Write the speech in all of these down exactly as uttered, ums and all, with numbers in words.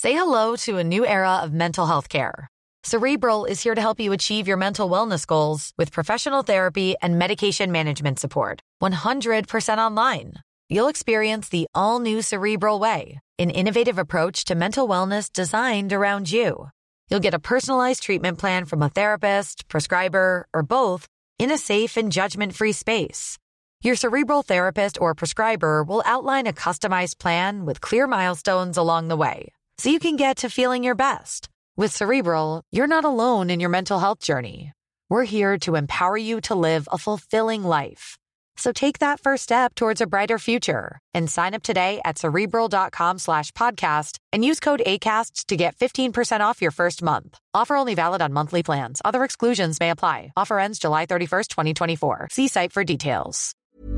Say hello to a new era of mental health care. Cerebral is here to help you achieve your mental wellness goals with professional therapy and medication management support. one hundred percent online. You'll experience the all-new Cerebral Way, an innovative approach to mental wellness designed around you. You'll get a personalized treatment plan from a therapist, prescriber, or both in a safe and judgment-free space. Your Cerebral therapist or prescriber will outline a customized plan with clear milestones along the way, so you can get to feeling your best. With Cerebral, you're not alone in your mental health journey. We're here to empower you to live a fulfilling life. So take that first step towards a brighter future and sign up today at Cerebral.com slash podcast and use code ACAST to get fifteen percent off your first month. Offer only valid on monthly plans. Other exclusions may apply. Offer ends July thirty-first, twenty twenty-four. See site for details.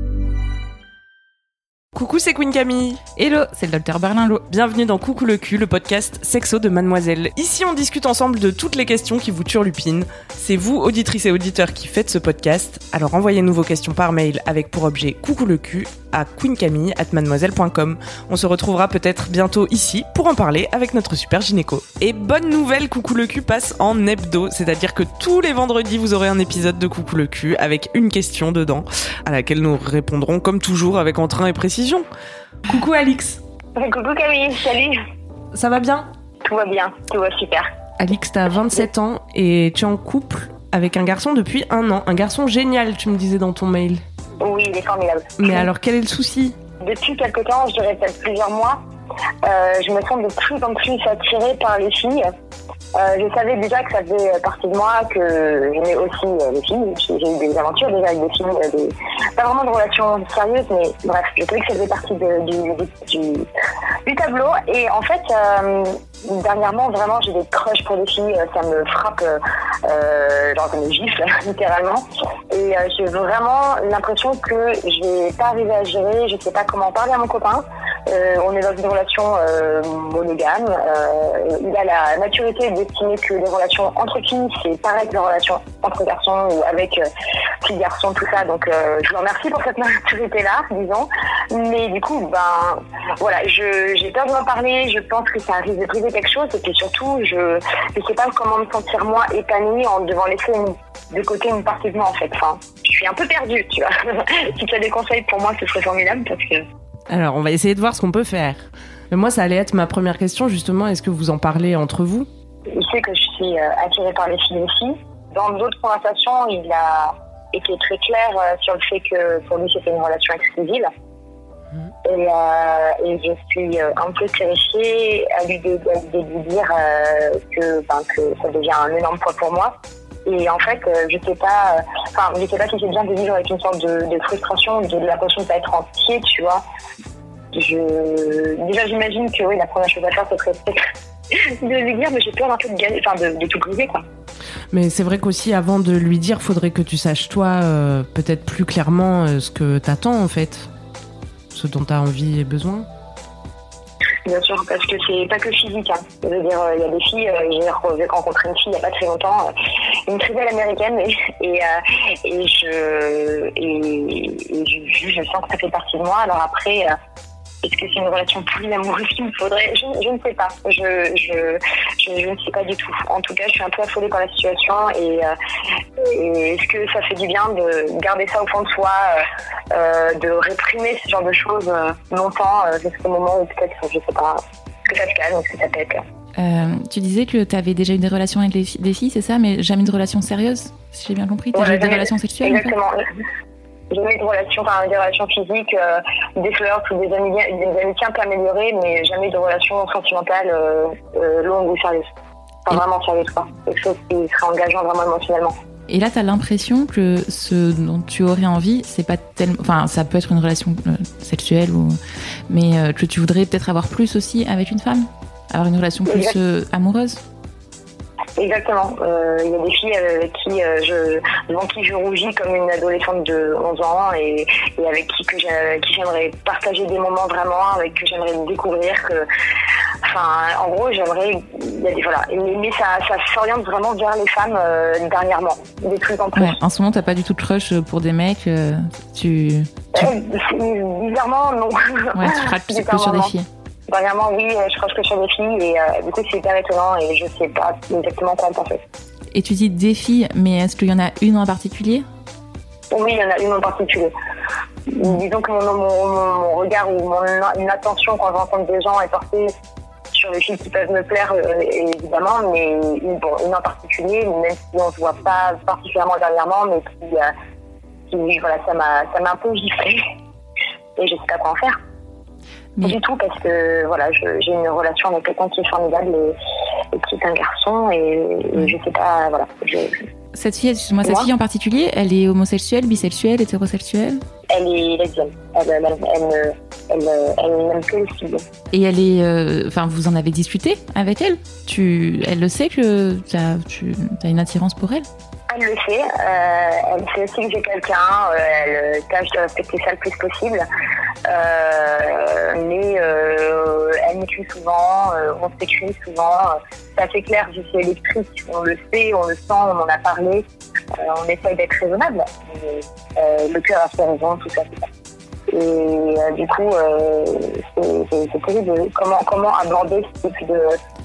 Coucou, c'est Queen Camille. Hello, c'est le docteur Berlinlot. Bienvenue dans Coucou le cul, le podcast sexo de Mademoiselle. Ici, on discute ensemble de toutes les questions qui vous turlupinent. C'est vous, auditrices et auditeurs, qui faites ce podcast. Alors envoyez-nous vos questions par mail avec pour objet Coucou le cul à queencamille arobase mademoiselle point com. On se retrouvera peut-être bientôt ici pour en parler avec notre super gynéco. Et bonne nouvelle, Coucou le cul passe en hebdo, c'est-à-dire que tous les vendredis, vous aurez un épisode de Coucou le cul avec une question dedans, à laquelle nous répondrons comme toujours avec entrain et précision. Coucou Alix. Coucou Camille, salut. Ça va bien ? Tout va bien, tout va super. Alix, t'as vingt-sept ans et tu es en couple avec un garçon depuis un an. Un garçon génial, tu me disais dans ton mail. Oui, il est formidable. Mais alors, quel est le souci ? Depuis quelque temps, je dirais peut-être plusieurs mois, euh, je me sens de plus en plus attirée par les filles. Euh, je savais déjà que ça faisait partie de moi, que j'aimais aussi euh, les filles. J'ai, j'ai eu des aventures déjà avec des filles, euh, des... pas vraiment de relations sérieuses, mais bref, je savais que ça faisait partie de, du, du, du tableau. Et en fait, euh, dernièrement, vraiment, j'ai des crushs pour les filles. Ça me frappe, euh, genre ça me gifle, littéralement. Et euh, j'ai vraiment l'impression que je vais pas arriver à gérer. Je sais pas comment parler à mon copain. Euh, on est dans une relation euh, monogame. Euh, il a la maturité d'estimer que les relations entre filles, c'est pareil que les relations entre garçons ou avec euh, petits garçons, tout ça. Donc, euh, je vous remercie pour cette maturité-là, disons. Mais du coup, ben, voilà, je, j'ai peur de m'en parler. Je pense que ça risque de briser quelque chose. Et puis surtout, je ne sais pas comment me sentir moi épanouie en devant laisser une, de côté une partie de moi, en fait. Enfin, je suis un peu perdue, tu vois. Si tu as des conseils pour moi, ce serait formidable parce que... Alors, on va essayer de voir ce qu'on peut faire. Mais moi, ça allait être ma première question, justement. Est-ce que vous en parlez entre vous ? Il sait que je suis euh, attirée par les filles aussi. Dans d'autres conversations, il a été très clair euh, sur le fait que pour lui, c'était une relation exclusive. Mmh. Et, euh, et je suis euh, un peu terrifiée à lui de, de, de lui dire euh, que, ben, que ça devient un énorme poids pour moi. Et en fait, euh, je sais pas, enfin, euh, je sais pas si c'est bien de vivre avec une sorte de, de frustration, de, de l'impression de pas être entier, tu vois. Je, déjà, j'imagine que oui, la première chose à faire, ce serait de lui dire, mais j'ai peur un peu de gagner, enfin, de, de tout briser, quoi. Mais c'est vrai qu'aussi, avant de lui dire, faudrait que tu saches, toi, euh, peut-être plus clairement euh, ce que t'attends, en fait. Ce dont t'as envie et besoin. Bien sûr, parce que c'est pas que physique. Hein. Je veux dire, il y a des filles, euh, j'ai rencontré une fille il y a pas très longtemps, euh, une très belle américaine, et, et, euh, et, je, et, et je, je sens que ça fait partie de moi. Alors après, euh, est-ce que c'est une relation polyamoureuse qu'il me faudrait ? je, je ne sais pas. Je, je, je, je ne sais pas du tout. En tout cas, je suis un peu affolée par la situation, et, euh, et est-ce que ça fait du bien de garder ça au fond de soi, euh, de réprimer ce genre de choses euh, longtemps, euh, jusqu'au moment où peut-être, je ne sais pas, que ça se calme, que ça pète. Euh, tu disais que tu avais déjà eu des relations avec les fi- des filles, c'est ça ? Mais jamais de relations sérieuses, si j'ai bien compris. Tu as Ouais, eu des relations sexuelles ? Exactement. En fait jamais de relations, enfin des relations physiques, euh, des flirts ou des, amis, des amitiés un peu améliorées, mais jamais de relations sentimentales euh, euh, longues ou sérieuses. Enfin, et... vraiment sérieuses, quoi. Quelque chose qui serait engageant vraiment émotionnellement. Et là, t'as l'impression que ce dont tu aurais envie, c'est pas tellement... Enfin, ça peut être une relation euh, sexuelle, ou... mais euh, que tu voudrais peut-être avoir plus aussi avec une femme ? Avoir une relation plus euh, amoureuse ? Exactement. Il euh, y a des filles euh, qui, euh, je, devant qui je rougis comme une adolescente de onze ans, et, et avec qui, que j'ai, qui j'aimerais partager des moments vraiment, avec qui j'aimerais découvrir. Que, enfin, en gros, j'aimerais... Y a des, voilà. Mais, mais ça, ça s'oriente vraiment vers les femmes euh, dernièrement, de plus en plus. Ouais, en ce moment, t'as pas du tout de crush pour des mecs euh, tu, tu... Euh, bizarrement, non. Ouais, tu craques plus que sur des filles. Dernièrement, oui, je crois que sur des filles et euh, du coup, c'est hyper étonnant et je sais pas exactement quoi en penser. Et tu dis des filles, mais est-ce qu'il y en a une en particulier ? Oui, il y en a une en particulier. Disons que mon, mon, mon, mon regard ou mon une attention quand je rencontre des gens est portée sur les filles qui peuvent me plaire, euh, évidemment, mais une, bon, une en particulier, même si on ne se voit pas particulièrement dernièrement, mais qui, euh, qui voilà, ça m'a, ça m'a un peu giflé et je sais pas quoi en faire. Mais... Du tout, parce que voilà, je, j'ai une relation avec quelqu'un qui est formidable et, et qui est un garçon et, et je sais pas, voilà. Je, Cette fille, excuse-moi, cette fille en particulier, elle est homosexuelle, bisexuelle, hétérosexuelle ? Elle est lesbienne. Elle, elle, elle, elle, elle n'aime que les filles. Et elle est, enfin, euh, vous en avez discuté avec elle ? Tu, elle le sait que t'as, tu as une attirance pour elle ? Elle le sait. Euh, elle sait aussi que j'ai quelqu'un. Euh, elle tâche de respecter ça le plus possible. Euh, mais euh, elle m'écrit souvent. Euh, on s'écrit souvent. C'est assez clair. Je suis électrique. On le sait, on le sent, on en a parlé. Euh, on essaye d'être raisonnable. Mais, euh, le cœur a fait raison, tout ça, tout ça. Et euh, du coup, euh, c'est, c'est, c'est terrible. Comment, comment aborder ce type de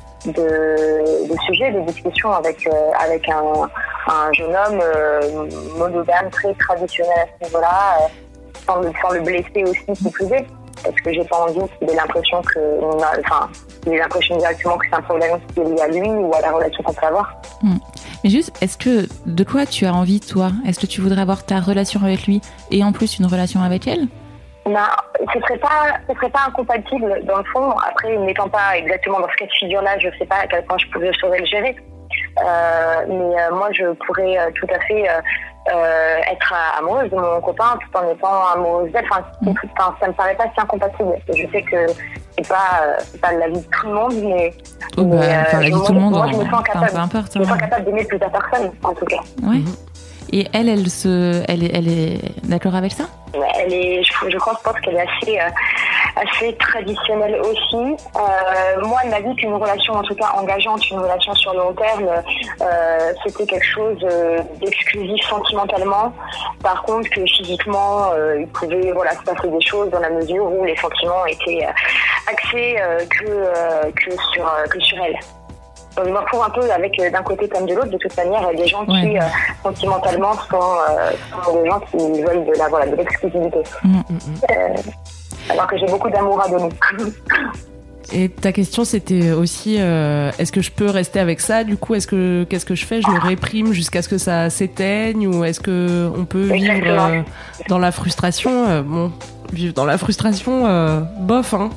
de, de sujets, de discussions avec, euh, avec un, un jeune homme euh, monogame, très traditionnel à ce niveau-là, euh, sans, le, sans le blesser aussi qui plus est, parce que j'ai pas envie qu'il ait l'impression que, on a, enfin, qu'il ait l'impression directement que c'est un problème qui est lié à lui ou à la relation qu'on peut avoir. Mmh. Mais juste, est-ce que, de quoi tu as envie, toi ? Est-ce que tu voudrais avoir ta relation avec lui et en plus une relation avec elle ? Non, ce serait pas, ce serait pas incompatible dans le fond. Après, n'étant pas exactement dans ce cas de figure-là, je sais pas à quel point je pourrais, je saurais le gérer. Euh, mais euh, moi, je pourrais euh, tout à fait euh, euh, être amoureuse de mon copain tout en étant amoureuse d'elle. Enfin, enfin, ça me paraît pas si incompatible. Je sais que c'est pas, euh, c'est pas la vie de tout le monde, mais, oh bah, mais enfin, euh, la vie moi, de tout le monde, moi, je me sens capable, peu importe, je me sens hein. capable d'aimer plusieurs personnes, en tout cas. Ouais. Mm-hmm. Et elle, elle se, elle est, elle est d'accord avec ça ? Elle est, je, je crois, je pense qu'elle est assez, euh, assez traditionnelle aussi. Euh, moi, elle m'a dit qu'une relation, en tout cas engageante, une relation sur le long terme, euh, c'était quelque chose euh, d'exclusif sentimentalement. Par contre, que physiquement, euh, il pouvait, voilà, se passer des choses dans la mesure où les sentiments étaient euh, axés euh, que, euh, que sur, euh, que sur elle. Donc, je me retrouve un peu avec, d'un côté comme de l'autre, de toute manière, des gens ouais. qui, euh, sentimentalement, sont, euh, sont des gens qui veulent de, la, voilà, de l'exclusivité. Mmh. Euh, alors que j'ai beaucoup d'amour à donner. Et ta question, c'était aussi, euh, est-ce que je peux rester avec ça ? Du coup, est-ce que, qu'est-ce que je fais ? Je le réprime jusqu'à ce que ça s'éteigne ? Ou est-ce qu'on peut vivre euh, dans la frustration ? euh, Bon, vivre dans la frustration, euh, bof, hein.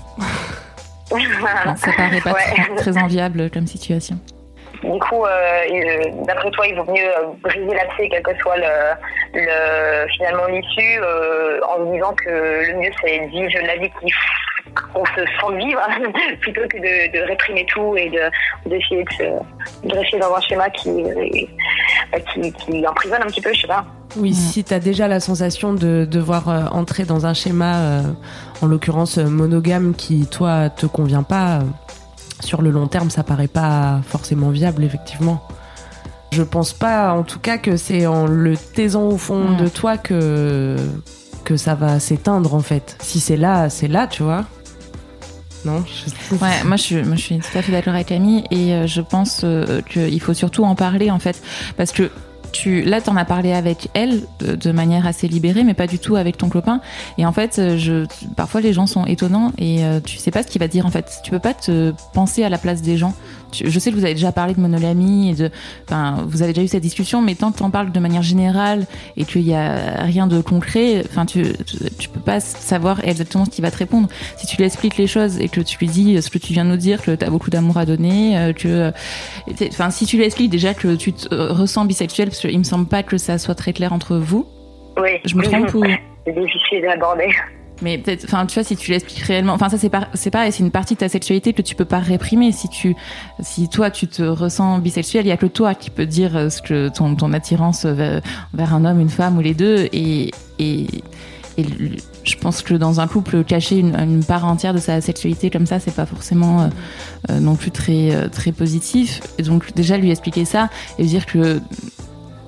Non, ça paraît pas ouais. très, très enviable comme situation. Du coup, euh, d'après toi, il vaut mieux briser l'abcès, quel que soit le, le, finalement l'issue, euh, en se disant que le mieux, c'est de vivre la vie qu'on se sent vivre, plutôt que de, de réprimer tout et de, d'essayer de, se, de rester dans un schéma qui, qui, qui emprisonne un petit peu, je sais pas. Oui, mmh. si tu as déjà la sensation de devoir euh, entrer dans un schéma, euh, en l'occurrence euh, monogame, qui, toi, te convient pas, euh, sur le long terme, ça paraît pas forcément viable, effectivement. Je pense pas, en tout cas, que c'est en le taisant au fond mmh. de toi que, que ça va s'éteindre, en fait. Si c'est là, c'est là, tu vois. Non, je... Ouais, moi je, suis, moi je suis tout à fait d'accord avec Camille, et euh, je pense euh, qu'il faut surtout en parler, en fait, parce que Tu, là, t'en as parlé avec elle de, de manière assez libérée, mais pas du tout avec ton copain. Et en fait, je, parfois les gens sont étonnants et euh, tu sais pas ce qu'il va dire. En fait, tu peux pas te penser à la place des gens. Tu, je sais que vous avez déjà parlé de monogamie et de, enfin, vous avez déjà eu cette discussion, mais tant que t'en parles de manière générale et qu'il y a rien de concret, enfin, tu, tu, tu peux pas savoir exactement ce qu'il va te répondre. Si tu lui expliques les choses et que tu lui dis ce que tu viens de nous dire, que t'as beaucoup d'amour à donner, que, enfin, si tu lui expliques déjà que tu te ressens bisexuel, parce qu'il me semble pas que ça soit très clair entre vous. Oui. Je me trompe ou... C'est difficile d'aborder. Mais peut-être, enfin, tu vois, si tu l'expliques réellement, enfin, ça, c'est pas, c'est pareil, c'est une partie de ta sexualité que tu peux pas réprimer. Si tu, si toi, tu te ressens bisexuel, il y a que toi qui peux dire ce que ton, ton attirance vers, vers un homme, une femme ou les deux. Et, et, et je pense que dans un couple, cacher une, une part entière de sa sexualité comme ça, c'est pas forcément euh, euh, non plus très, très positif. Et donc, déjà, lui expliquer ça et dire que,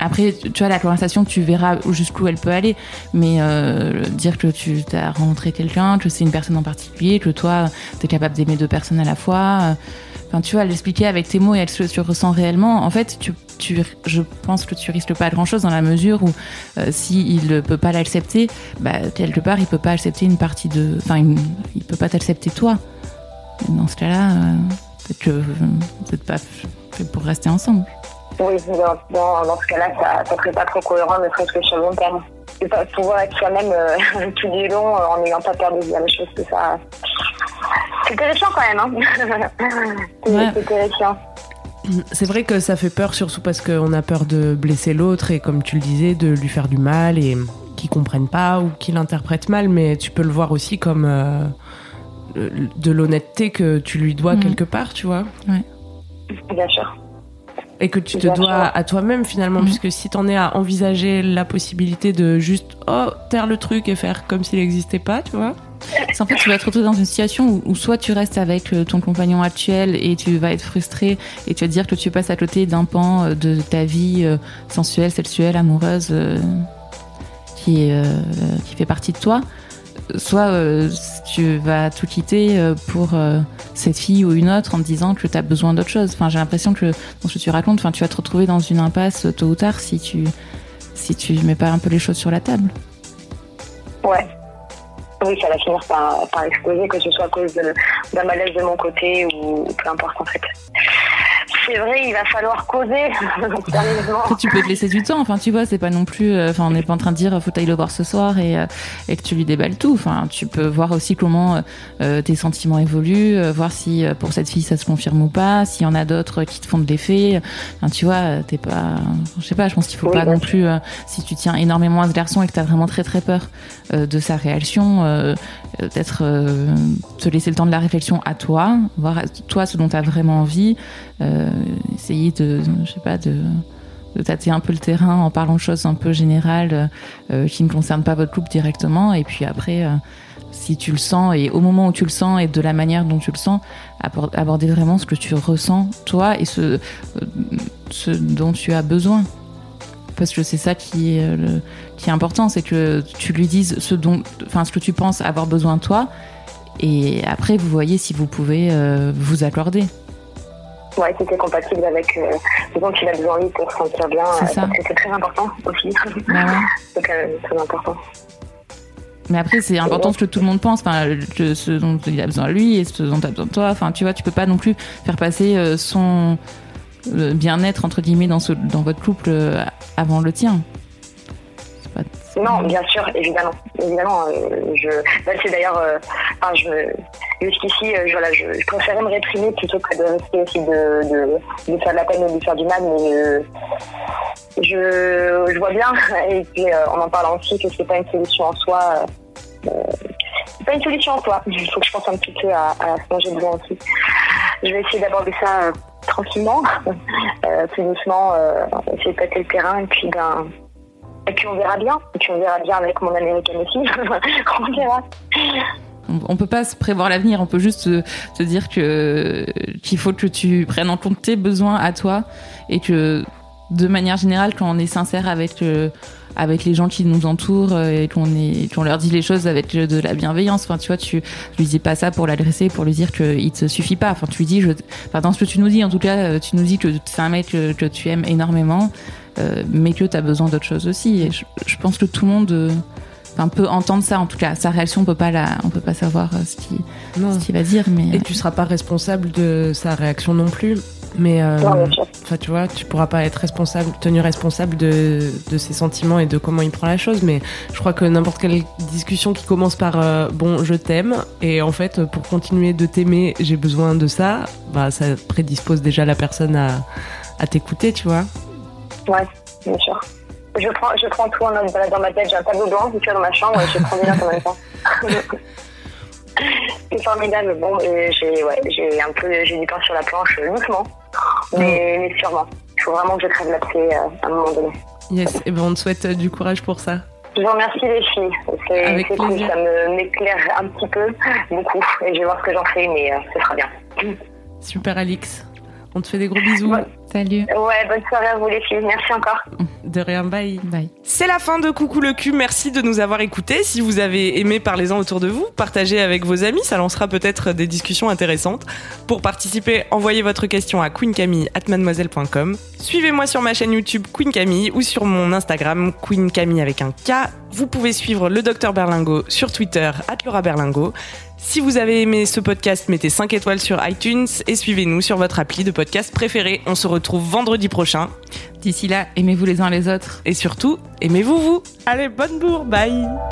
Après, tu vois, la conversation, tu verras jusqu'où elle peut aller. Mais euh, dire que tu as rencontré quelqu'un, que c'est une personne en particulier, que toi, tu es capable d'aimer deux personnes à la fois. Euh, enfin, tu vois, l'expliquer avec tes mots et ce que tu ressens réellement. En fait, tu, tu, je pense que tu risques pas grand-chose dans la mesure où euh, s'il ne peut pas l'accepter, bah, quelque part, il peut pas accepter une partie de... Enfin, une, il peut pas t'accepter toi. Dans ce cas-là, euh, peut-être que vous n'êtes pas fait pour rester ensemble. Oui, dans, dans, dans ce cas-là, ça ne serait pas trop cohérent, ne serait-ce que sur le long terme. Et pas pouvoir être soi-même euh, tout du long euh, en n'ayant pas peur de dire les choses, que ça. C'est terrifiant quand même, hein. c'est, ouais. c'est terrifiant. C'est vrai que ça fait peur, surtout parce qu'on a peur de blesser l'autre et, comme tu le disais, de lui faire du mal et qu'il comprenne pas ou qu'il interprète mal. Mais tu peux le voir aussi comme euh, de l'honnêteté que tu lui dois mmh. quelque part, tu vois. Ouais. Bien sûr. Et que tu te dois à toi-même finalement, mmh. puisque si t'en es à envisager la possibilité de juste oh, taire le truc et faire comme s'il n'existait pas, tu vois. En fait, tu vas te retrouver dans une situation où, où soit tu restes avec ton compagnon actuel et tu vas être frustré et tu vas te dire que tu passes à côté d'un pan de ta vie euh, sensuelle, sexuelle, amoureuse euh, qui, est, euh, qui fait partie de toi. Soit euh, tu vas tout quitter euh, pour euh, cette fille ou une autre en te disant que tu as besoin d'autre chose. Enfin, j'ai l'impression que dans ce que tu racontes, enfin, tu vas te retrouver dans une impasse tôt ou tard si tu si tu mets pas un peu les choses sur la table. Ouais. Oui, ça va finir par, par exploser, que ce soit à cause de, d'un malaise de mon côté ou peu importe en fait. C'est vrai, il va falloir causer, sérieusement. Tu peux te laisser du temps, enfin tu vois, c'est pas non plus, enfin on n'est pas en train de dire faut t'aller le voir ce soir et, et que tu lui déballes tout. Enfin, tu peux voir aussi comment euh, tes sentiments évoluent, euh, voir si euh, pour cette fille ça se confirme ou pas, s'il y en a d'autres qui te font de l'effet. Enfin tu vois, t'es pas, je sais pas, je pense qu'il faut oui, pas non plus, euh, si tu tiens énormément à ce garçon et que t'as vraiment très très peur euh, de sa réaction, euh, peut-être euh, te laisser le temps de la réflexion à toi, voir toi ce dont t'as vraiment envie. Euh, essayer de, je sais pas, de, de tâter un peu le terrain en parlant de choses un peu générales euh, qui ne concernent pas votre couple directement. Et puis après, euh, si tu le sens et au moment où tu le sens et de la manière dont tu le sens, aborder vraiment ce que tu ressens toi et ce, euh, ce dont tu as besoin. Parce que c'est ça qui est, le, qui est important, c'est que tu lui dises ce dont, enfin ce que tu penses avoir besoin toi. Et après, vous voyez si vous pouvez euh, vous accorder. Ouais, si c'est compatible avec euh, ce dont il a besoin lui pour se sentir bien. C'est ça. Euh, c'est, c'est très important aussi. Bah ouais. C'est quand même très important. Mais après, c'est important ouais. ce que tout le monde pense, enfin, que ce dont il a besoin lui et ce dont tu as besoin de toi. Enfin, tu vois, tu peux pas non plus faire passer euh, son euh, bien-être entre guillemets dans, ce, dans votre couple euh, avant le tien. C'est pas... Non, bien sûr, évidemment. Évidemment, euh, je... Là, c'est d'ailleurs... Euh... Enfin, je... Jusqu'ici, euh, voilà, je... je préférais me réprimer plutôt que de risquer aussi de, de... de faire de la peine ou de faire du mal, mais euh... je... je vois bien, et puis euh, en en parlant aussi, que c'est pas une solution en soi. Euh... C'est pas une solution en soi. Il faut que je pense un petit peu à, à ce dont j'ai besoin aussi. Je vais essayer d'aborder ça euh, tranquillement, euh, plus doucement, euh, essayer de tâter le terrain, et puis ben... Et puis on verra bien. Et puis on verra bien avec mon américaine aussi. On verra. On peut pas se prévoir l'avenir. On peut juste se, se dire que qu'il faut que tu prennes en compte tes besoins à toi et que de manière générale, quand on est sincère avec euh, avec les gens qui nous entourent et qu'on est qu'on leur dit les choses avec de la bienveillance. Enfin, tu vois, tu lui dis pas ça pour l'adresser, pour lui dire que il te suffit pas. Enfin, tu lui dis, je, enfin, dans ce que tu nous dis, en tout cas, tu nous dis que c'est un mec que, que tu aimes énormément. Euh, mais que tu as besoin d'autre chose aussi. Et je, je pense que tout le monde euh, enfin, peut entendre ça. En tout cas, sa réaction, on peut pas la, on peut pas savoir euh, ce qu'il ce qu'il va dire. Mais et tu seras pas responsable de sa réaction non plus. Mais enfin, euh, tu vois, tu pourras pas être responsable, tenu responsable de de ses sentiments et de comment il prend la chose. Mais je crois que n'importe quelle discussion qui commence par euh, bon, je t'aime, et en fait, pour continuer de t'aimer, j'ai besoin de ça. Bah, ça prédispose déjà la personne à à t'écouter, tu vois. Ouais, bien sûr. Je prends, je prends tout en note dans ma tête. J'ai un tableau blanc, tu vois, dans ma chambre, et je prends des notes en même temps. C'est formidable. Bon, et j'ai, ouais, j'ai un peu, j'ai du pain sur la planche, doucement, mais, mais sûrement. Il faut vraiment que je crève l'abcès euh, à un moment donné. Yes, et ben on te souhaite euh, du courage pour ça. Je vous remercie les filles. C'est, Avec c'est plaisir. Cool, ça me m'éclaire un petit peu, beaucoup, et je vais voir ce que j'en fais, mais euh, ce sera bien. Super, Alix. On te fait des gros bisous. Ouais. Salut. Ouais, bonne soirée à vous les filles. Merci encore. De rien, bye. Bye. C'est la fin de Coucou le cul, merci de nous avoir écoutés. Si vous avez aimé, parlez-en autour de vous, partagez avec vos amis, ça lancera peut-être des discussions intéressantes. Pour participer, envoyez votre question à queen camille arobase mademoiselle point com. Suivez-moi sur ma chaîne YouTube Queen Camille ou sur mon Instagram Queen Camille avec un K. Vous pouvez suivre le docteur Berlingot sur Twitter arobase Laura Berlingot. Si vous avez aimé ce podcast, mettez cinq étoiles sur iTunes et suivez-nous sur votre appli de podcast préféré. On se retrouve vendredi prochain. D'ici là, aimez-vous les uns les autres. Et surtout, aimez-vous vous. Allez, bonne bourre, bye.